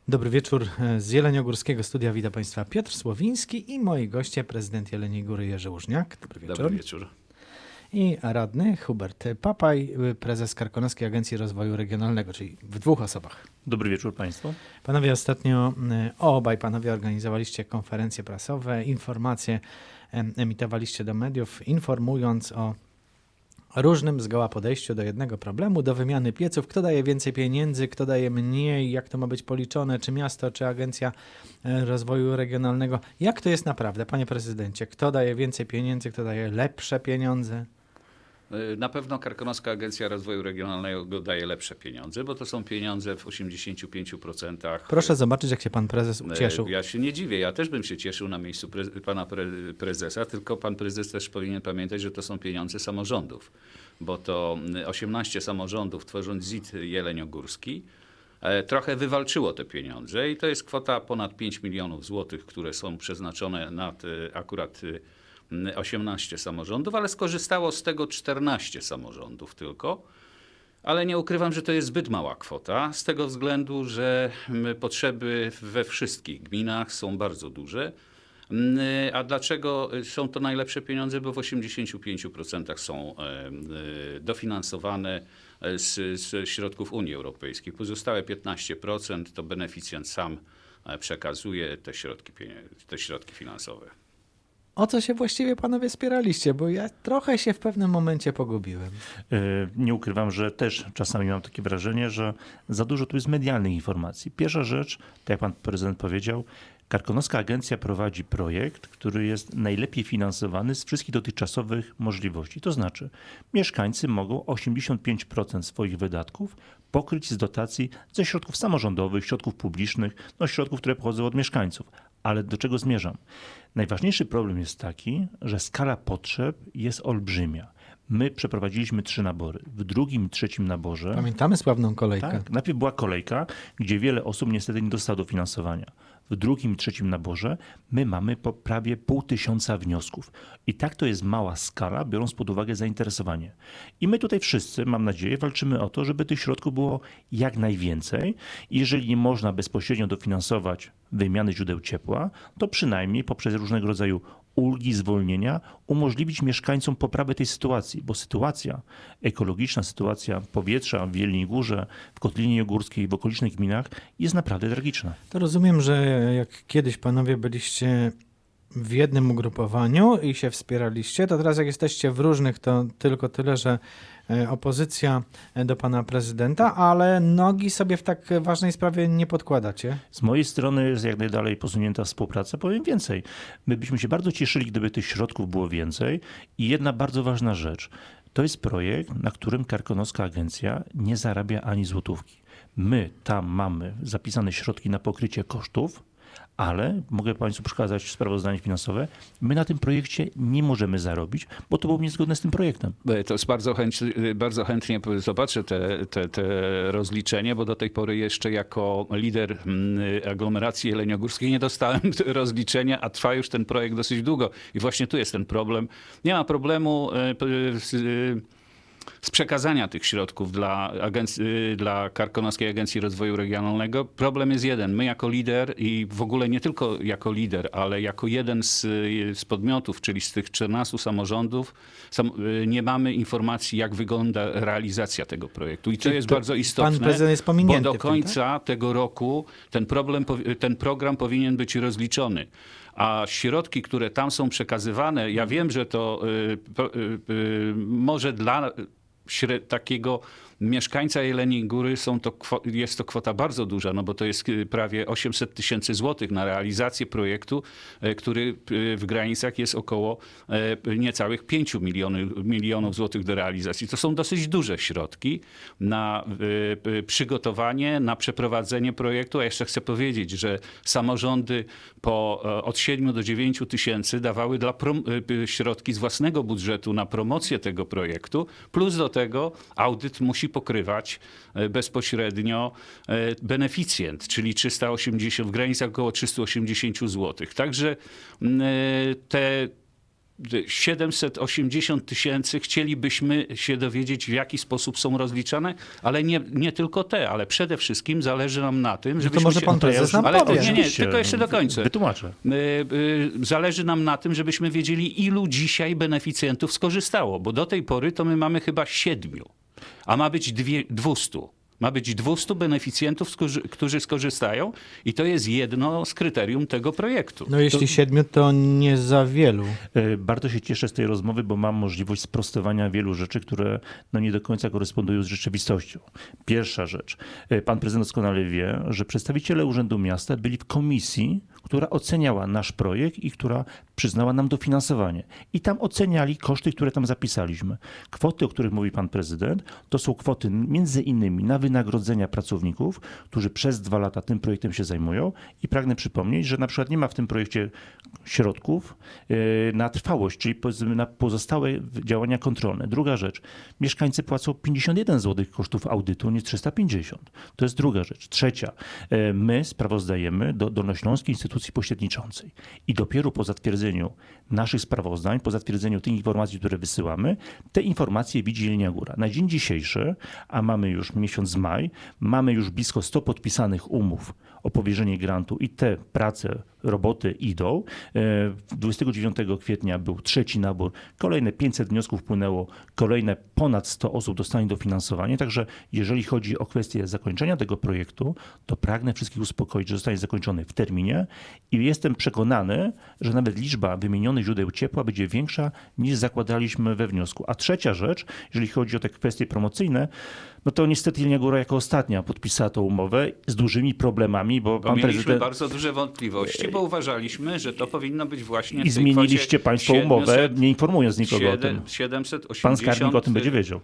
Dobry wieczór z Jeleniogórskiego Studia. Witam Państwa Piotr Słowiński i moi goście, prezydent Jeleniej Góry Jerzy Łużniak. Dobry wieczór. Dobry wieczór. I radny Hubert Papaj, prezes Karkonoskiej Agencji Rozwoju Regionalnego, czyli w dwóch osobach. Dobry wieczór Państwu. Panowie, ostatnio obaj panowie organizowaliście konferencje prasowe, informacje emitowaliście do mediów, informując o różnym zgoła podejściu do jednego problemu, do wymiany pieców. Kto daje więcej pieniędzy, kto daje mniej, jak to ma być policzone, czy miasto, czy Agencja Rozwoju Regionalnego. Jak to jest naprawdę, panie prezydencie? Kto daje więcej pieniędzy, kto daje lepsze pieniądze? Na pewno Karkonoska Agencja Rozwoju Regionalnego daje lepsze pieniądze, bo to są pieniądze w 85%. Proszę zobaczyć, jak się pan prezes ucieszył. Ja się nie dziwię, ja też bym się cieszył na miejscu pana prezesa, tylko pan prezes też powinien pamiętać, że to są pieniądze samorządów, bo to 18 samorządów, tworząc ZIT jeleniogórski, trochę wywalczyło te pieniądze i to jest kwota ponad 5 milionów złotych, które są przeznaczone na akurat 18 samorządów, ale skorzystało z tego 14 samorządów tylko. Ale nie ukrywam, że to jest zbyt mała kwota, z tego względu, że potrzeby we wszystkich gminach są bardzo duże. A dlaczego są to najlepsze pieniądze? Bo w 85% są dofinansowane z środków Unii Europejskiej. Pozostałe 15% to beneficjent sam przekazuje te środki finansowe. O co się właściwie panowie spieraliście? Bo ja trochę się w pewnym momencie pogubiłem. Nie ukrywam, że też czasami mam takie wrażenie, że za dużo tu jest medialnych informacji. Pierwsza rzecz, tak jak pan prezydent powiedział, Karkonoska Agencja prowadzi projekt, który jest najlepiej finansowany z wszystkich dotychczasowych możliwości. To znaczy, mieszkańcy mogą 85% swoich wydatków pokryć z dotacji ze środków samorządowych, środków publicznych, środków, które pochodzą od mieszkańców. Ale do czego zmierzam? Najważniejszy problem jest taki, że skala potrzeb jest olbrzymia. My przeprowadziliśmy 3 nabory. W drugim i trzecim naborze... Pamiętamy sławną kolejkę. Tak, najpierw była kolejka, gdzie wiele osób niestety nie dostało dofinansowania. W drugim i trzecim naborze my mamy po prawie 500 wniosków. I tak to jest mała skala, biorąc pod uwagę zainteresowanie. I my tutaj wszyscy, mam nadzieję, walczymy o to, żeby tych środków było jak najwięcej. I jeżeli nie można bezpośrednio dofinansować wymiany źródeł ciepła, to przynajmniej poprzez różnego rodzaju ulgi, zwolnienia umożliwić mieszkańcom poprawę tej sytuacji, bo sytuacja ekologiczna, sytuacja powietrza w Jeleniej Górze, w Kotlinie Górskiej, w okolicznych gminach jest naprawdę tragiczna. To rozumiem, że jak kiedyś panowie byliście w jednym ugrupowaniu i się wspieraliście, to teraz jak jesteście w różnych, to tylko tyle, że opozycja do pana prezydenta, ale nogi sobie w tak ważnej sprawie nie podkładacie. Z mojej strony jest jak najdalej posunięta współpraca. Powiem więcej. My byśmy się bardzo cieszyli, gdyby tych środków było więcej. I jedna bardzo ważna rzecz. To jest projekt, na którym Karkonoska Agencja nie zarabia ani złotówki. My tam mamy zapisane środki na pokrycie kosztów, ale mogę Państwu przekazać sprawozdanie finansowe. My na tym projekcie nie możemy zarobić, bo to było niezgodne z tym projektem. To jest bardzo chętnie zobaczę te rozliczenie, bo do tej pory jeszcze jako lider aglomeracji jeleniogórskiej nie dostałem rozliczenia, a trwa już ten projekt dosyć długo. I właśnie tu jest ten problem. Nie ma problemu z przekazania tych środków dla Karkonoskiej Agencji Rozwoju Regionalnego. Problem jest jeden. My jako lider i w ogóle nie tylko jako lider, ale jako jeden z podmiotów, czyli z tych 14 samorządów, nie mamy informacji, jak wygląda realizacja tego projektu. I to jest bardzo istotne, pan prezydent jest pominięty bo do końca tego roku ten program powinien być rozliczony. A środki, które tam są przekazywane, ja wiem, że to może dla takiego mieszkańca Jeleniej Góry jest to kwota bardzo duża, no bo to jest prawie 800 000 złotych na realizację projektu, który w granicach jest około niecałych 5 milionów złotych do realizacji. To są dosyć duże środki na przygotowanie, na przeprowadzenie projektu, a jeszcze chcę powiedzieć, że samorządy od 7 do 9 tysięcy dawały środki z własnego budżetu na promocję tego projektu, plus do tego audyt musi pokrywać bezpośrednio beneficjent, czyli 380, w granicach około 380 zł. Także 780 000, chcielibyśmy się dowiedzieć, w jaki sposób są rozliczane, ale nie tylko te, ale przede wszystkim zależy nam na tym, żebyśmy może pan prezes nam ale powie. nie, tylko jeszcze dokończę. Wytłumaczę. Zależy nam na tym, żebyśmy wiedzieli, ilu dzisiaj beneficjentów skorzystało, bo do tej pory to my mamy chyba 7, a ma być 200. Ma być 200 beneficjentów, którzy skorzystają i to jest jedno z kryterium tego projektu. No jeśli 7, to nie za wielu. Bardzo się cieszę z tej rozmowy, bo mam możliwość sprostowania wielu rzeczy, które nie do końca korespondują z rzeczywistością. Pierwsza rzecz. Pan prezydent doskonale wie, że przedstawiciele Urzędu Miasta byli w komisji, która oceniała nasz projekt i która przyznała nam dofinansowanie. I tam oceniali koszty, które tam zapisaliśmy. Kwoty, o których mówi pan prezydent, to są kwoty między innymi na wynagrodzenia pracowników, którzy przez 2 lata tym projektem się zajmują. I pragnę przypomnieć, że na przykład nie ma w tym projekcie środków na trwałość, czyli na pozostałe działania kontrolne. Druga rzecz. Mieszkańcy płacą 51 zł kosztów audytu, nie 350. To jest druga rzecz. Trzecia. My sprawozdajemy do Dolnośląskiej Instytucji Pośredniczącej. I dopiero po zatwierdzeniu naszych sprawozdań, po zatwierdzeniu tych informacji, które wysyłamy, te informacje widzi Jelenia Góra. Na dzień dzisiejszy, a mamy już miesiąc maj, mamy już blisko 100 podpisanych umów o powierzenie grantu i te prace, roboty idą. 29 kwietnia był 3. nabór, kolejne 500 wniosków wpłynęło, kolejne ponad 100 osób dostanie dofinansowanie. Także jeżeli chodzi o kwestię zakończenia tego projektu, to pragnę wszystkich uspokoić, że zostanie zakończony w terminie i jestem przekonany, że nawet liczba wymienionych źródeł ciepła będzie większa niż zakładaliśmy we wniosku. A trzecia rzecz, jeżeli chodzi o te kwestie promocyjne, no to niestety Jelenia Góra jako ostatnia podpisała tą umowę z dużymi problemami, bo pan mieliśmy prezydent... bardzo duże wątpliwości, bo uważaliśmy, że to powinno być właśnie w I tej zmieniliście państwo umowę, nie informując nikogo o tym. 780, Pan skarbnik o tym będzie wiedział.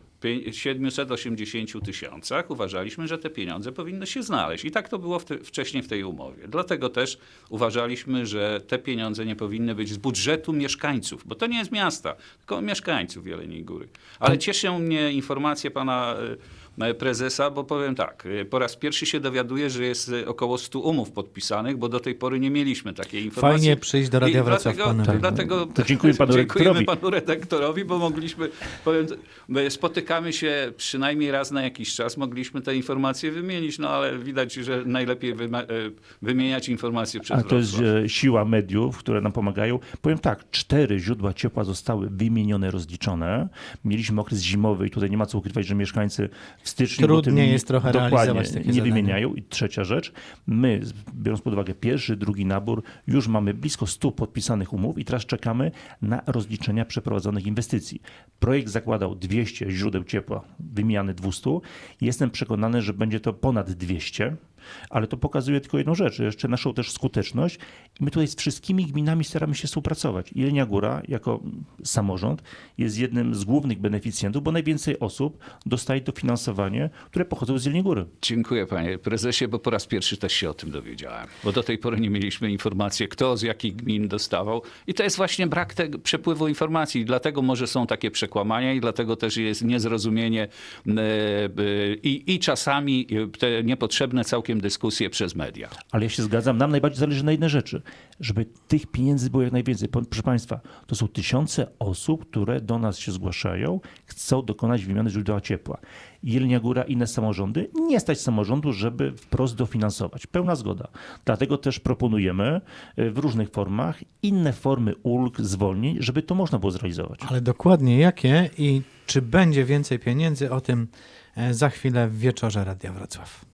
780 000 uważaliśmy, że te pieniądze powinny się znaleźć. I tak to było wcześniej w tej umowie. Dlatego też uważaliśmy, że te pieniądze nie powinny być z budżetu mieszkańców, bo to nie jest miasta, tylko mieszkańców Jeleniej Góry. Ale cieszą mnie informacje pana prezesa, bo powiem tak, po raz pierwszy się dowiaduję, że jest około 100 umów podpisanych, bo do tej pory nie mieliśmy takiej informacji. Fajnie przyjść do Radia Wrocław. Dlatego to dziękuję dziękujemy panu redaktorowi, bo mogliśmy, spotykamy się przynajmniej raz na jakiś czas, mogliśmy te informacje wymienić, no ale widać, że najlepiej wymieniać informacje przez A to jest Wrocław. siła mediów, które nam pomagają. Powiem tak, 4 źródła ciepła zostały wymienione, rozliczone. Mieliśmy okres zimowy i tutaj nie ma co ukrywać, że mieszkańcy w styczniu trudniej jest trochę realizować takie nie zadania. wymieniają. I trzecia rzecz, my, biorąc pod uwagę pierwszy, drugi nabór, już mamy blisko 100 podpisanych umów i teraz czekamy na rozliczenia przeprowadzonych inwestycji. Projekt zakładał 200 źródeł ciepła, wymiany 200. Jestem przekonany, że będzie to ponad 200. Ale to pokazuje tylko jedną rzecz, jeszcze naszą też skuteczność i my tutaj z wszystkimi gminami staramy się współpracować. Jelenia Góra jako samorząd jest jednym z głównych beneficjentów, bo najwięcej osób dostaje dofinansowanie, które pochodzą z Jeleniej Góry. Dziękuję panie prezesie, bo po raz pierwszy też się o tym dowiedziałem. Bo do tej pory nie mieliśmy informacji, kto z jakich gmin dostawał. I to jest właśnie brak tego przepływu informacji. Dlatego może są takie przekłamania i dlatego też jest niezrozumienie i czasami te niepotrzebne całkiem dyskusje przez media. Ale ja się zgadzam, nam najbardziej zależy na jednej rzeczy, żeby tych pieniędzy było jak najwięcej. Proszę państwa, to są tysiące osób, które do nas się zgłaszają, chcą dokonać wymiany źródła ciepła. Jelenia Góra i inne samorządy, nie stać samorządu, żeby wprost dofinansować. Pełna zgoda. Dlatego też proponujemy w różnych formach inne formy ulg, zwolnień, żeby to można było zrealizować. Ale dokładnie jakie i czy będzie więcej pieniędzy, o tym za chwilę w wieczorze Radia Wrocław.